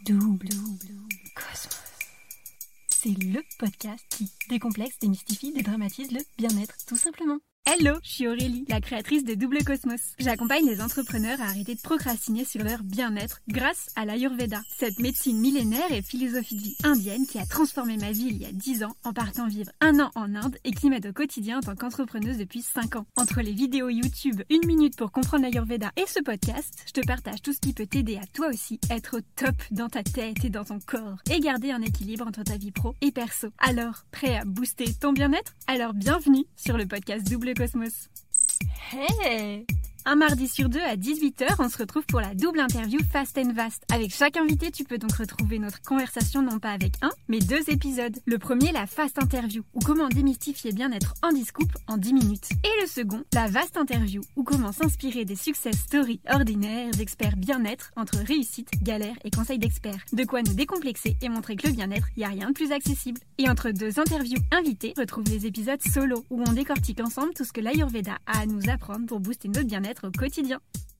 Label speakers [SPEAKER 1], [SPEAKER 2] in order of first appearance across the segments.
[SPEAKER 1] Double Cosmos. C'est le podcast qui décomplexe, démystifie, dédramatise le bien-être, tout simplement. Hello, je suis Aurélie, la créatrice de Double Cosmos. J'accompagne les entrepreneurs à arrêter de procrastiner sur leur bien-être grâce à l'Ayurveda, cette médecine millénaire et philosophie de vie indienne qui a transformé ma vie il y a 10 ans en partant vivre 1 an en Inde et qui m'aide au quotidien en tant qu'entrepreneuse depuis 5 ans. Entre les vidéos YouTube, 1 minute pour comprendre l'Ayurveda et ce podcast, je te partage tout ce qui peut t'aider à toi aussi être au top dans ta tête et dans ton corps et garder un équilibre entre ta vie pro et perso. Alors, prêt à booster ton bien-être? Alors bienvenue sur le podcast Double Cosmos. Hey! Un mardi sur 2 à 18h, on se retrouve pour la double interview Fast and Vast. Avec chaque invité, tu peux donc retrouver notre conversation non pas avec un, mais 2 épisodes. Le premier, la Fast Interview, ou comment démystifier bien-être en discoupe en 10 minutes. Et le second, la Vast Interview, ou comment s'inspirer des success stories ordinaires d'experts bien-être entre réussite, galère et conseils d'experts. De quoi nous décomplexer et montrer que le bien-être, y a rien de plus accessible. Et entre 2 interviews invitées, retrouve les épisodes solo, où on décortique ensemble tout ce que l'Ayurveda a à nous apprendre pour booster notre bien-être au quotidien.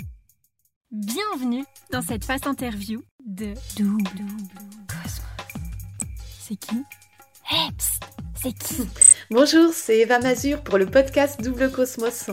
[SPEAKER 1] Bienvenue dans cette Fast Interview de Double Cosmos. C'est qui? Hey, psst, c'est qui?
[SPEAKER 2] Bonjour, c'est Eva Mazur pour le podcast Double Cosmos.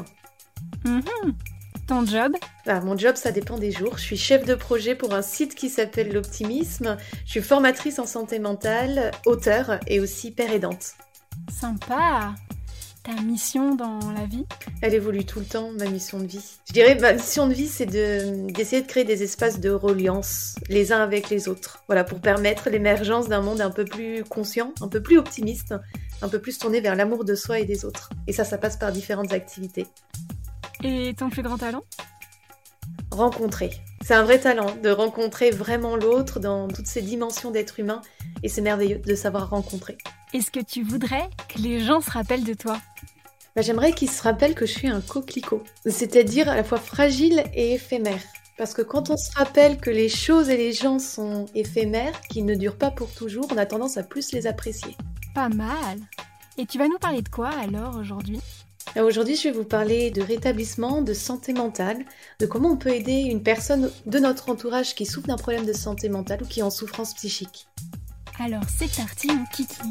[SPEAKER 1] Ton job?
[SPEAKER 2] Mon job, ça dépend des jours. Je suis chef de projet pour un site qui s'appelle l'Optimisme. Je suis formatrice en santé mentale, auteure et aussi père aidante.
[SPEAKER 1] Sympa. Ta mission dans la vie?
[SPEAKER 2] Elle évolue tout le temps, ma mission de vie. Je dirais, ma mission de vie, c'est d'essayer de créer des espaces de reliance, les uns avec les autres. Voilà, pour permettre l'émergence d'un monde un peu plus conscient, un peu plus optimiste, un peu plus tourné vers l'amour de soi et des autres. Et ça passe par différentes activités.
[SPEAKER 1] Et ton plus grand talent?
[SPEAKER 2] Rencontrer. C'est un vrai talent, de rencontrer vraiment l'autre dans toutes ces dimensions d'être humain. Et c'est merveilleux de savoir rencontrer.
[SPEAKER 1] Est-ce que tu voudrais que les gens se rappellent de toi?
[SPEAKER 2] J'aimerais qu'ils se rappellent que je suis un coquelicot, c'est-à-dire à la fois fragile et éphémère. Parce que quand on se rappelle que les choses et les gens sont éphémères, qu'ils ne durent pas pour toujours, on a tendance à plus les apprécier.
[SPEAKER 1] Pas mal. Et tu vas nous parler de quoi alors aujourd'hui?
[SPEAKER 2] Aujourd'hui, je vais vous parler de rétablissement, de santé mentale, de comment on peut aider une personne de notre entourage qui souffre d'un problème de santé mentale ou qui est en souffrance psychique.
[SPEAKER 1] Alors c'est parti mon kiki.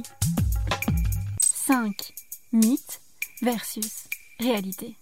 [SPEAKER 1] 5 mythes versus réalité.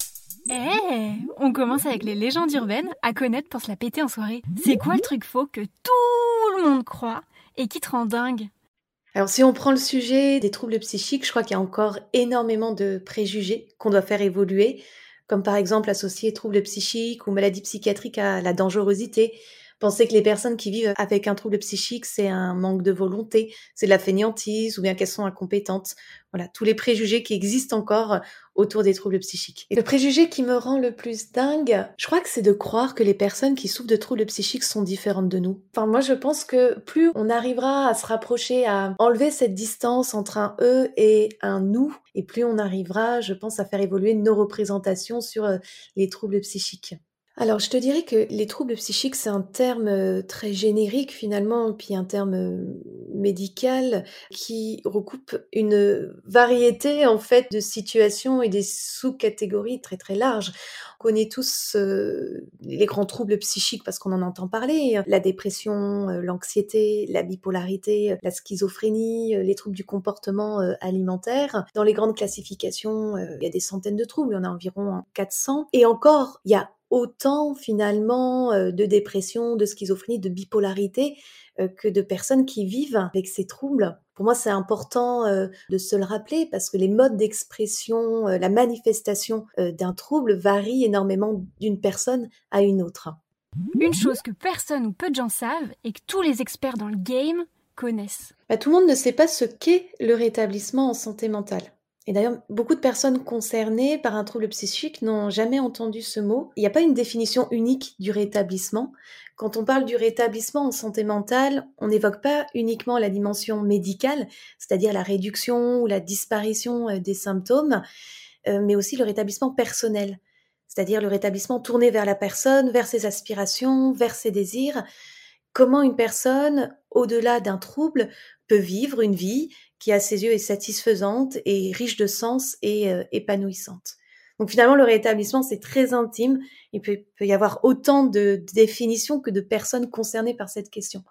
[SPEAKER 1] On commence avec les légendes urbaines à connaître pour se la péter en soirée. C'est quoi le truc faux que tout le monde croit et qui te rend dingue?
[SPEAKER 2] Alors si on prend le sujet des troubles psychiques, je crois qu'il y a encore énormément de préjugés qu'on doit faire évoluer, comme par exemple associer troubles psychiques ou maladies psychiatriques à la dangerosité. Penser que les personnes qui vivent avec un trouble psychique, c'est un manque de volonté, c'est de la fainéantise ou bien qu'elles sont incompétentes. Voilà, tous les préjugés qui existent encore autour des troubles psychiques. Et le préjugé qui me rend le plus dingue, je crois que c'est de croire que les personnes qui souffrent de troubles psychiques sont différentes de nous. Enfin, moi, je pense que plus on arrivera à se rapprocher, à enlever cette distance entre un eux et un nous, et plus on arrivera, je pense, à faire évoluer nos représentations sur les troubles psychiques. Alors, je te dirais que les troubles psychiques, c'est un terme très générique finalement, puis un terme médical qui recoupe une variété en fait de situations et des sous-catégories très très larges. On connaît tous les grands troubles psychiques parce qu'on en entend parler, la dépression, l'anxiété, la bipolarité, la schizophrénie, les troubles du comportement alimentaire. Dans les grandes classifications, il y a des centaines de troubles, il y en a environ 400. Et encore, il y a autant finalement de dépression, de schizophrénie, de bipolarité que de personnes qui vivent avec ces troubles. Pour moi, c'est important de se le rappeler parce que les modes d'expression, la manifestation d'un trouble varie énormément d'une personne à une autre.
[SPEAKER 1] Une chose que personne ou peu de gens savent et que tous les experts dans le game connaissent.
[SPEAKER 2] Tout le monde ne sait pas ce qu'est le rétablissement en santé mentale. Et d'ailleurs, beaucoup de personnes concernées par un trouble psychique n'ont jamais entendu ce mot. Il n'y a pas une définition unique du rétablissement. Quand on parle du rétablissement en santé mentale, on n'évoque pas uniquement la dimension médicale, c'est-à-dire la réduction ou la disparition des symptômes, mais aussi le rétablissement personnel, c'est-à-dire le rétablissement tourné vers la personne, vers ses aspirations, vers ses désirs. Comment une personne, au-delà d'un trouble, peut vivre une vie qui à ses yeux est satisfaisante et riche de sens et épanouissante. Donc finalement, le rétablissement, c'est très intime. Il peut y avoir autant de définitions que de personnes concernées par cette question.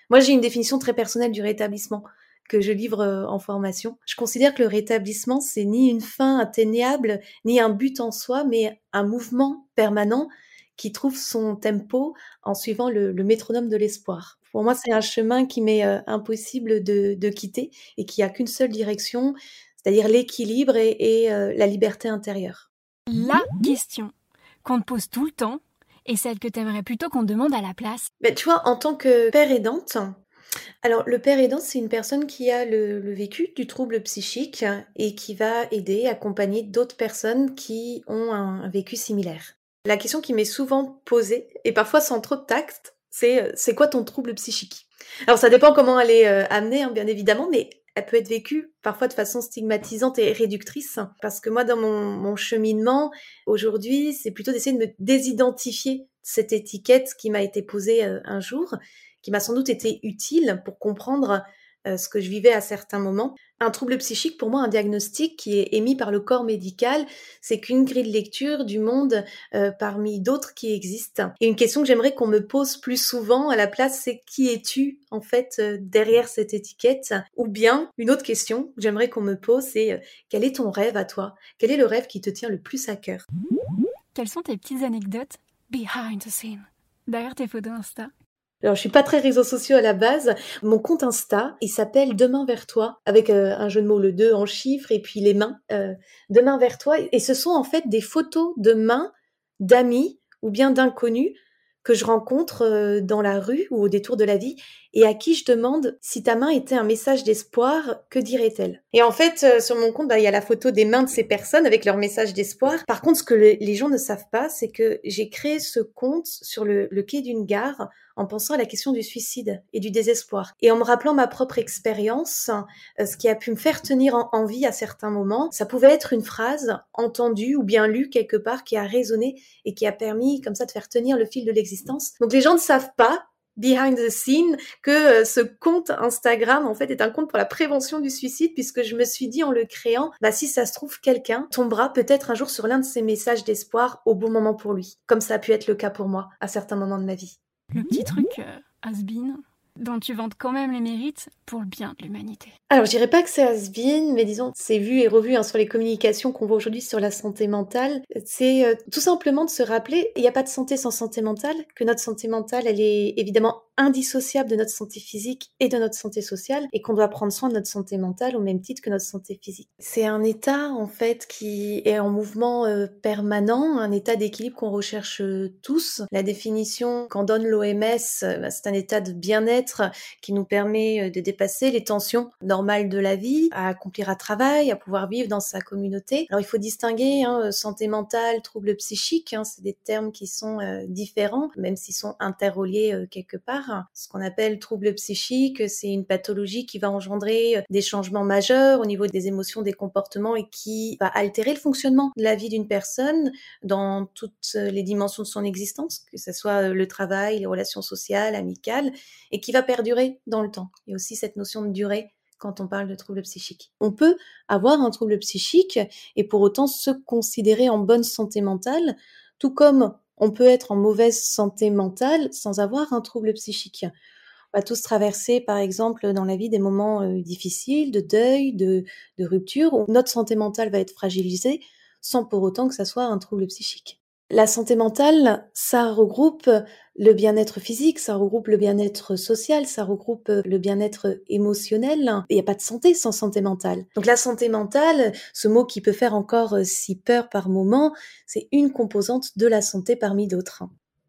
[SPEAKER 2] Moi, j'ai une définition très personnelle du rétablissement que je livre en formation. Je considère que le rétablissement, c'est ni une fin atteignable, ni un but en soi, mais un mouvement permanent qui trouve son tempo en suivant le métronome de l'espoir. Pour moi, c'est un chemin qui m'est impossible de quitter et qui a qu'une seule direction, c'est-à-dire l'équilibre et la liberté intérieure.
[SPEAKER 1] La question qu'on te pose tout le temps et celle que t'aimerais plutôt qu'on te demande à la place.
[SPEAKER 2] Ben, tu vois, en tant que père aidante, alors le père aidant, c'est une personne qui a le vécu du trouble psychique et qui va aider, accompagner d'autres personnes qui ont un vécu similaire. La question qui m'est souvent posée, et parfois sans trop de tact, c'est quoi ton trouble psychique? Alors ça dépend comment elle est amenée, hein, bien évidemment, mais elle peut être vécue parfois de façon stigmatisante et réductrice. Parce que moi, dans mon cheminement, aujourd'hui, c'est plutôt d'essayer de me désidentifier cette étiquette qui m'a été posée un jour, qui m'a sans doute été utile pour comprendre ce que je vivais à certains moments. Un trouble psychique, pour moi, un diagnostic qui est émis par le corps médical, c'est qu'une grille de lecture du monde parmi d'autres qui existent. Et une question que j'aimerais qu'on me pose plus souvent à la place, c'est qui es-tu en fait derrière cette étiquette? Ou bien, une autre question que j'aimerais qu'on me pose, c'est quel est ton rêve à toi? Quel est le rêve qui te tient le plus à cœur?
[SPEAKER 1] Quelles sont tes petites anecdotes behind the scene, derrière tes photos Insta?
[SPEAKER 2] Alors, je suis pas très réseaux sociaux à la base. Mon compte Insta, il s'appelle Demain vers toi, avec un jeu de mots, le 2 en chiffres, et puis les mains. Demain vers toi. Et ce sont en fait des photos de mains d'amis ou bien d'inconnus que je rencontre dans la rue ou au détour de la vie et à qui je demande si ta main était un message d'espoir, que dirait-elle? Et en fait, sur mon compte, il y a la photo des mains de ces personnes avec leur message d'espoir. Par contre, ce que les gens ne savent pas, c'est que j'ai créé ce compte sur le quai d'une gare en pensant à la question du suicide et du désespoir. Et en me rappelant ma propre expérience, ce qui a pu me faire tenir en vie à certains moments, ça pouvait être une phrase entendue ou bien lue quelque part qui a résonné et qui a permis comme ça de faire tenir le fil de l'existence. Donc les gens ne savent pas, behind the scene, que ce compte Instagram en fait est un compte pour la prévention du suicide, puisque je me suis dit en le créant, si ça se trouve quelqu'un tombera peut-être un jour sur l'un de ces messages d'espoir au bon moment pour lui, comme ça a pu être le cas pour moi à certains moments de ma vie.
[SPEAKER 1] Le petit truc has-been dont tu vantes quand même les mérites pour le bien de l'humanité.
[SPEAKER 2] Alors, je dirais pas que c'est has-been, mais disons, c'est vu et revu sur les communications qu'on voit aujourd'hui sur la santé mentale. C'est tout simplement de se rappeler, il n'y a pas de santé sans santé mentale, que notre santé mentale, elle est évidemment indissociable de notre santé physique et de notre santé sociale, et qu'on doit prendre soin de notre santé mentale au même titre que notre santé physique. C'est un état, en fait, qui est en mouvement permanent, un état d'équilibre qu'on recherche tous. La définition qu'en donne l'OMS, c'est un état de bien-être qui nous permet de dépasser les tensions normales de la vie, à accomplir un travail, à pouvoir vivre dans sa communauté. Alors il faut distinguer santé mentale, troubles psychiques, c'est des termes qui sont différents, même s'ils sont interreliés quelque part. Ce qu'on appelle troubles psychiques, c'est une pathologie qui va engendrer des changements majeurs au niveau des émotions, des comportements et qui va altérer le fonctionnement de la vie d'une personne dans toutes les dimensions de son existence, que ce soit le travail, les relations sociales, amicales, et qui va perdurer dans le temps. Il y a aussi cette notion de durée quand on parle de troubles psychiques. On peut avoir un trouble psychique et pour autant se considérer en bonne santé mentale, tout comme on peut être en mauvaise santé mentale sans avoir un trouble psychique. On va tous traverser, par exemple, dans la vie des moments difficiles, de deuil, de rupture, où notre santé mentale va être fragilisée sans pour autant que ça soit un trouble psychique. La santé mentale, ça regroupe le bien-être physique, ça regroupe le bien-être social, ça regroupe le bien-être émotionnel. Il n'y a pas de santé sans santé mentale. Donc la santé mentale, ce mot qui peut faire encore si peur par moment, c'est une composante de la santé parmi d'autres.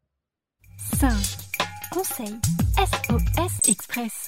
[SPEAKER 1] 5. Conseil SOS Express.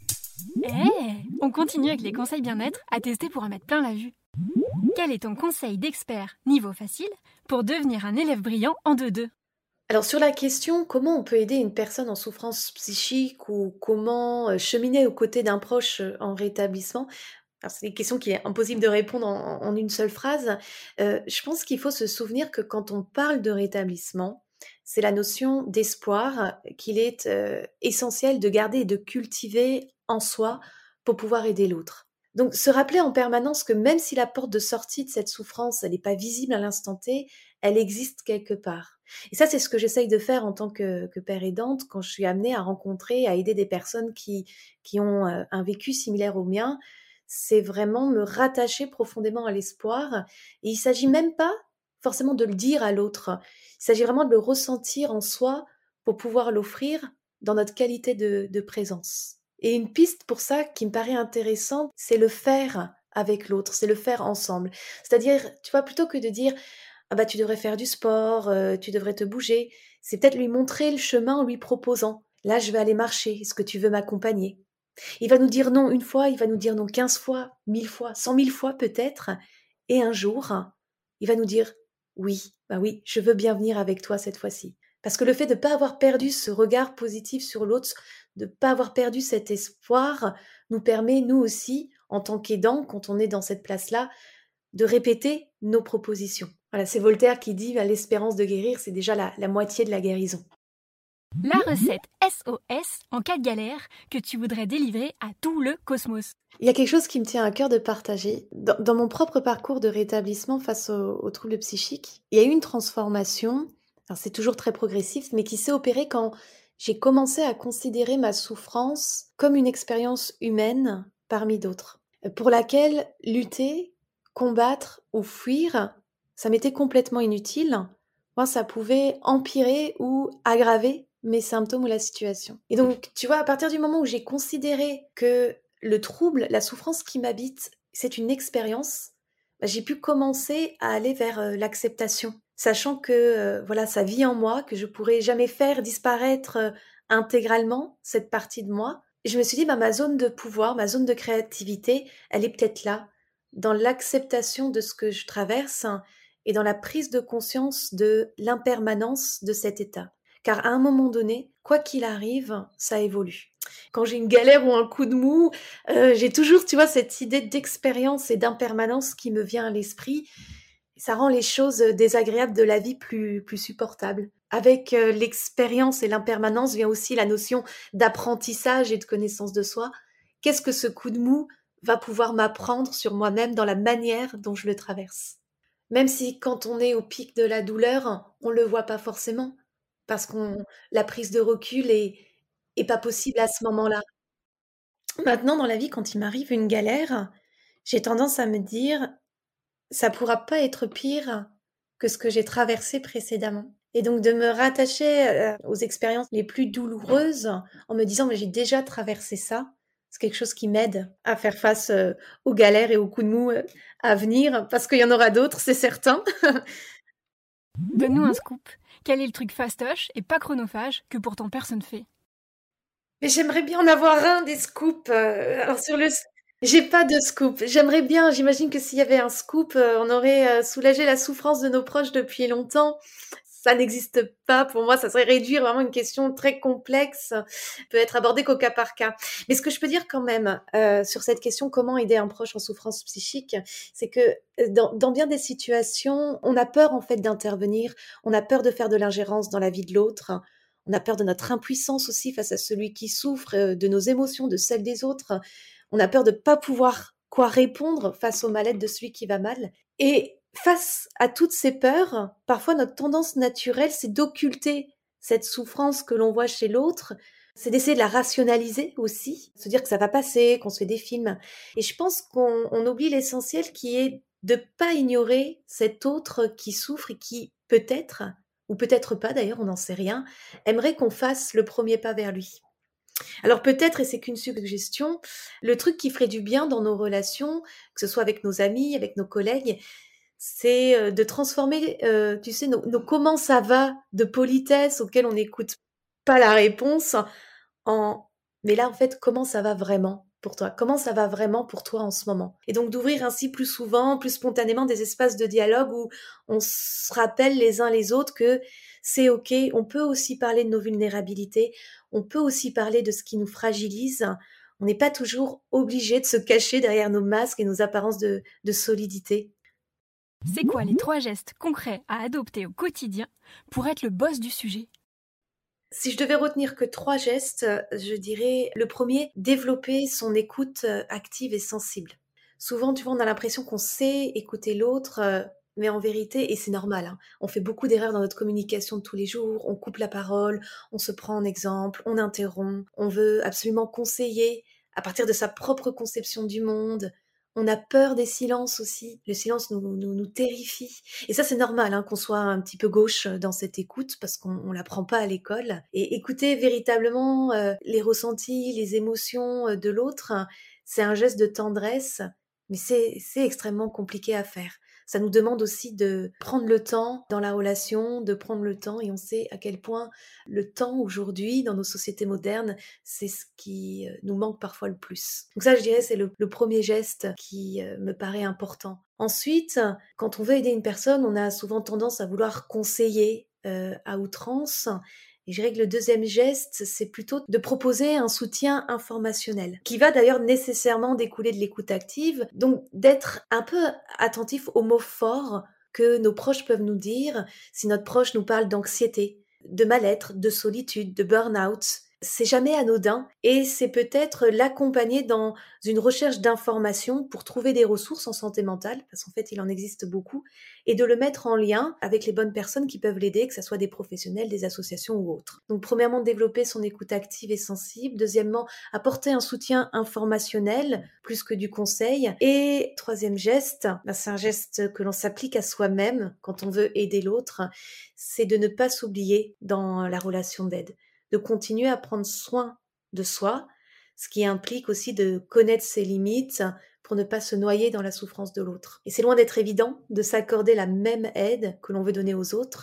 [SPEAKER 1] On continue avec les conseils bien-être à tester pour en mettre plein la vue. Quel est ton conseil d'expert niveau facile pour devenir un élève brillant en 2-2 ?
[SPEAKER 2] Alors sur la question comment on peut aider une personne en souffrance psychique ou comment cheminer aux côtés d'un proche en rétablissement, alors c'est une question qui est impossible de répondre en une seule phrase. Je pense qu'il faut se souvenir que quand on parle de rétablissement, c'est la notion d'espoir qu'il est essentiel de garder et de cultiver en soi pour pouvoir aider l'autre. Donc se rappeler en permanence que même si la porte de sortie de cette souffrance, elle n'est pas visible à l'instant T, elle existe quelque part. Et ça, c'est ce que j'essaye de faire en tant que père aidante quand je suis amenée à rencontrer, à aider des personnes qui ont un vécu similaire au mien. C'est vraiment me rattacher profondément à l'espoir. Et il s'agit même pas forcément de le dire à l'autre. Il s'agit vraiment de le ressentir en soi pour pouvoir l'offrir dans notre qualité de présence. Et une piste pour ça qui me paraît intéressante, c'est le faire avec l'autre, c'est le faire ensemble. C'est-à-dire, tu vois, plutôt que de dire ah bah tu devrais faire du sport, tu devrais te bouger, c'est peut-être lui montrer le chemin en lui proposant. Là, je vais aller marcher, est-ce que tu veux m'accompagner? Il va nous dire non une fois, il va nous dire non 15 fois, 1000 fois, 100 000 fois peut-être, et un jour, il va nous dire oui, bah oui, je veux bien venir avec toi cette fois-ci. Parce que le fait de ne pas avoir perdu ce regard positif sur l'autre, de ne pas avoir perdu cet espoir, nous permet, nous aussi, en tant qu'aidants, quand on est dans cette place-là, de répéter nos propositions. Voilà, c'est Voltaire qui dit l'espérance de guérir, c'est déjà la moitié de la guérison.
[SPEAKER 1] La recette SOS en cas de galère que tu voudrais délivrer à tout le cosmos.
[SPEAKER 2] Il y a quelque chose qui me tient à cœur de partager. Dans mon propre parcours de rétablissement face aux troubles psychiques, il y a eu une transformation, alors c'est toujours très progressif, mais qui s'est opérée quand j'ai commencé à considérer ma souffrance comme une expérience humaine parmi d'autres, pour laquelle lutter, combattre ou fuir, ça m'était complètement inutile. Moi, ça pouvait empirer ou aggraver mes symptômes ou la situation. Et donc, tu vois, à partir du moment où j'ai considéré que le trouble, la souffrance qui m'habite, c'est une expérience, bah, j'ai pu commencer à aller vers l'acceptation, sachant que voilà, ça vit en moi, que je pourrais jamais faire disparaître intégralement cette partie de moi. Et je me suis dit, bah, ma zone de pouvoir, ma zone de créativité, elle est peut-être là, dans l'acceptation de ce que je traverse et dans la prise de conscience de l'impermanence de cet état. Car à un moment donné, quoi qu'il arrive, ça évolue. Quand j'ai une galère ou un coup de mou, j'ai toujours, tu vois, cette idée d'expérience et d'impermanence qui me vient à l'esprit. Ça rend les choses désagréables de la vie plus supportables. Avec l'expérience et l'impermanence vient aussi la notion d'apprentissage et de connaissance de soi. Qu'est-ce que ce coup de mou va pouvoir m'apprendre sur moi-même dans la manière dont je le traverse? Même si quand on est au pic de la douleur, on le voit pas forcément, parce qu'on la prise de recul est pas possible à ce moment-là. Maintenant, dans la vie, quand il m'arrive une galère, j'ai tendance à me dire: «Ça pourra pas être pire que ce que j'ai traversé précédemment» et donc de me rattacher, aux expériences les plus douloureuses en me disant: «Mais j'ai déjà traversé ça», c'est quelque chose qui m'aide à faire face, aux galères et aux coups de mou, à venir, parce qu'il y en aura d'autres, c'est certain.
[SPEAKER 1] Donne-nous un scoop. Quel est le truc fastoche et pas chronophage que pourtant personne fait?
[SPEAKER 2] Mais j'aimerais bien en avoir un des scoops. Alors sur le j'ai pas de scoop. J'aimerais bien, j'imagine que s'il y avait un scoop, on aurait, soulagé la souffrance de nos proches depuis longtemps. Ça n'existe pas pour moi, ça serait réduire vraiment une question très complexe, peut être abordée qu'au cas par cas. Mais ce que je peux dire quand même, sur cette question, comment aider un proche en souffrance psychique, c'est que, dans bien des situations, on a peur en fait d'intervenir, on a peur de faire de l'ingérence dans la vie de l'autre. On a peur de notre impuissance aussi face à celui qui souffre, de nos émotions, de celles des autres. On a peur de ne pas pouvoir quoi répondre face au mal-être de celui qui va mal. Et face à toutes ces peurs, parfois notre tendance naturelle, c'est d'occulter cette souffrance que l'on voit chez l'autre, c'est d'essayer de la rationaliser aussi, se dire que ça va passer, qu'on se fait des films. Et je pense qu'on oublie l'essentiel qui est de pas ignorer cet autre qui souffre et qui peut-être, ou peut-être pas d'ailleurs, on n'en sait rien, aimerait qu'on fasse le premier pas vers lui. Alors peut-être, et c'est qu'une suggestion, le truc qui ferait du bien dans nos relations, que ce soit avec nos amis, avec nos collègues, c'est de transformer, tu sais, nos comment ça va de politesse auquel on n'écoute pas la réponse en mais là, en fait, comment ça va vraiment pour toi? Comment ça va vraiment pour toi en ce moment? Et donc d'ouvrir ainsi plus souvent, plus spontanément des espaces de dialogue où on se rappelle les uns les autres que c'est OK, on peut aussi parler de nos vulnérabilités, on peut aussi parler de ce qui nous fragilise. On n'est pas toujours obligé de se cacher derrière nos masques et nos apparences de solidité.
[SPEAKER 1] C'est quoi les 3 gestes concrets à adopter au quotidien pour être le boss du sujet?
[SPEAKER 2] Si je devais retenir que 3 gestes, je dirais le premier, développer son écoute, active et sensible. Souvent, tu vois, on a l'impression qu'on sait écouter l'autre, Mais en vérité, et c'est normal, hein, on fait beaucoup d'erreurs dans notre communication de tous les jours, on coupe la parole, on se prend en exemple, on interrompt, on veut absolument conseiller à partir de sa propre conception du monde. On a peur des silences aussi, le silence nous terrifie. Et ça c'est normal hein, qu'on soit un petit peu gauche dans cette écoute parce qu'on l'apprend pas à l'école. Et écouter véritablement les ressentis, les émotions de l'autre, c'est un geste de tendresse, mais c'est extrêmement compliqué à faire. Ça nous demande aussi de prendre le temps dans la relation, de prendre le temps, et on sait à quel point le temps aujourd'hui, dans nos sociétés modernes, c'est ce qui nous manque parfois le plus. Donc ça, je dirais, c'est le premier geste qui me paraît important. Ensuite, quand on veut aider une personne, on a souvent tendance à vouloir conseiller à outrance. Et je dirais que le deuxième geste, c'est plutôt de proposer un soutien informationnel, qui va d'ailleurs nécessairement découler de l'écoute active, donc d'être un peu attentif aux mots forts que nos proches peuvent nous dire. Si notre proche nous parle d'anxiété, de mal-être, de solitude, de burn-out, c'est jamais anodin et c'est peut-être l'accompagner dans une recherche d'informations pour trouver des ressources en santé mentale, parce qu'en fait il en existe beaucoup, et de le mettre en lien avec les bonnes personnes qui peuvent l'aider, que ce soit des professionnels, des associations ou autres. Donc premièrement, développer son écoute active et sensible. Deuxièmement, apporter un soutien informationnel plus que du conseil. Et troisième geste, c'est un geste que l'on s'applique à soi-même quand on veut aider l'autre, c'est de ne pas s'oublier dans la relation d'aide, de continuer à prendre soin de soi, ce qui implique aussi de connaître ses limites pour ne pas se noyer dans la souffrance de l'autre. Et c'est loin d'être évident de s'accorder la même aide que l'on veut donner aux autres.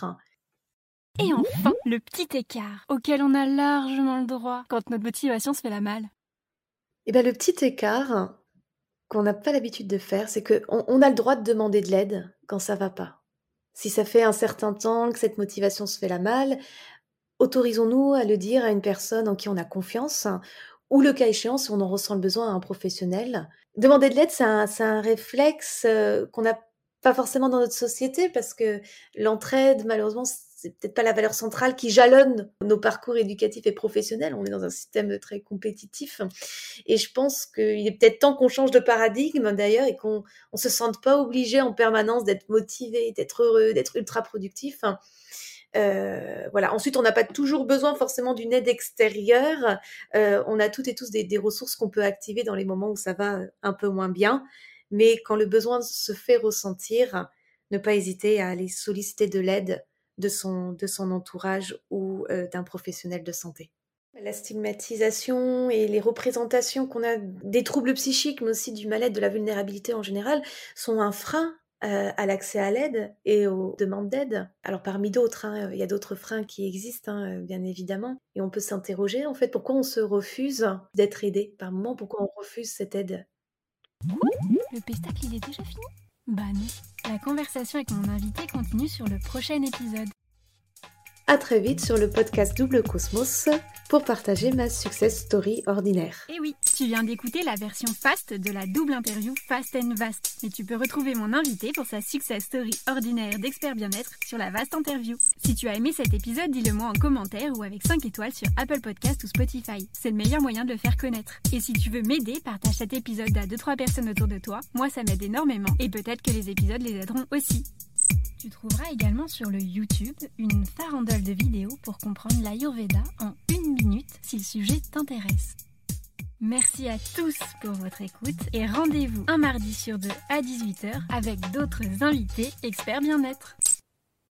[SPEAKER 1] Et enfin, le petit écart auquel on a largement le droit quand notre motivation se fait la malle.
[SPEAKER 2] Eh bien, le petit écart qu'on n'a pas l'habitude de faire, c'est qu'on a le droit de demander de l'aide quand ça va pas. Si ça fait un certain temps que cette motivation se fait la malle, autorisons-nous à le dire à une personne en qui on a confiance, ou le cas échéant, si on en ressent le besoin, à un professionnel. Demander de l'aide, c'est un réflexe qu'on n'a pas forcément dans notre société, parce que l'entraide, malheureusement, c'est peut-être pas la valeur centrale qui jalonne nos parcours éducatifs et professionnels. On est dans un système très compétitif. Et je pense qu'il est peut-être temps qu'on change de paradigme, d'ailleurs, et qu'on se sente pas obligé en permanence d'être motivé, d'être heureux, d'être ultra productif. Voilà. Ensuite, on n'a pas toujours besoin forcément d'une aide extérieure. On a toutes et tous des ressources qu'on peut activer dans les moments où ça va un peu moins bien. Mais quand le besoin se fait ressentir, ne pas hésiter à aller solliciter de l'aide de son entourage ou d'un professionnel de santé. La stigmatisation et les représentations qu'on a des troubles psychiques, mais aussi du mal-être, de la vulnérabilité en général, sont un frein à l'accès à l'aide et aux demandes d'aide. Alors parmi d'autres, hein, il y a d'autres freins qui existent, hein, bien évidemment. Et on peut s'interroger, en fait, pourquoi on se refuse d'être aidé par moment, pourquoi on refuse cette aide.
[SPEAKER 1] Le pestacle, il est déjà fini ? Bah non. La conversation avec mon invité continue sur le prochain épisode.
[SPEAKER 2] À très vite sur le podcast Double Cosmos pour partager ma success story ordinaire.
[SPEAKER 1] Et oui, tu viens d'écouter la version fast de la double interview Fast and Vast. Mais tu peux retrouver mon invité pour sa success story ordinaire d'expert bien-être sur la Vast Interview. Si tu as aimé cet épisode, dis-le moi en commentaire ou avec 5 étoiles sur Apple Podcast ou Spotify. C'est le meilleur moyen de le faire connaître. Et si tu veux m'aider, partage cet épisode à 2-3 personnes autour de toi. Moi, ça m'aide énormément. Et peut-être que les épisodes les aideront aussi. Tu trouveras également sur le YouTube une farandole de vidéos pour comprendre l'Ayurveda en 1 minute si le sujet t'intéresse. Merci à tous pour votre écoute et rendez-vous un mardi sur 2 à 18h avec d'autres invités experts bien-être.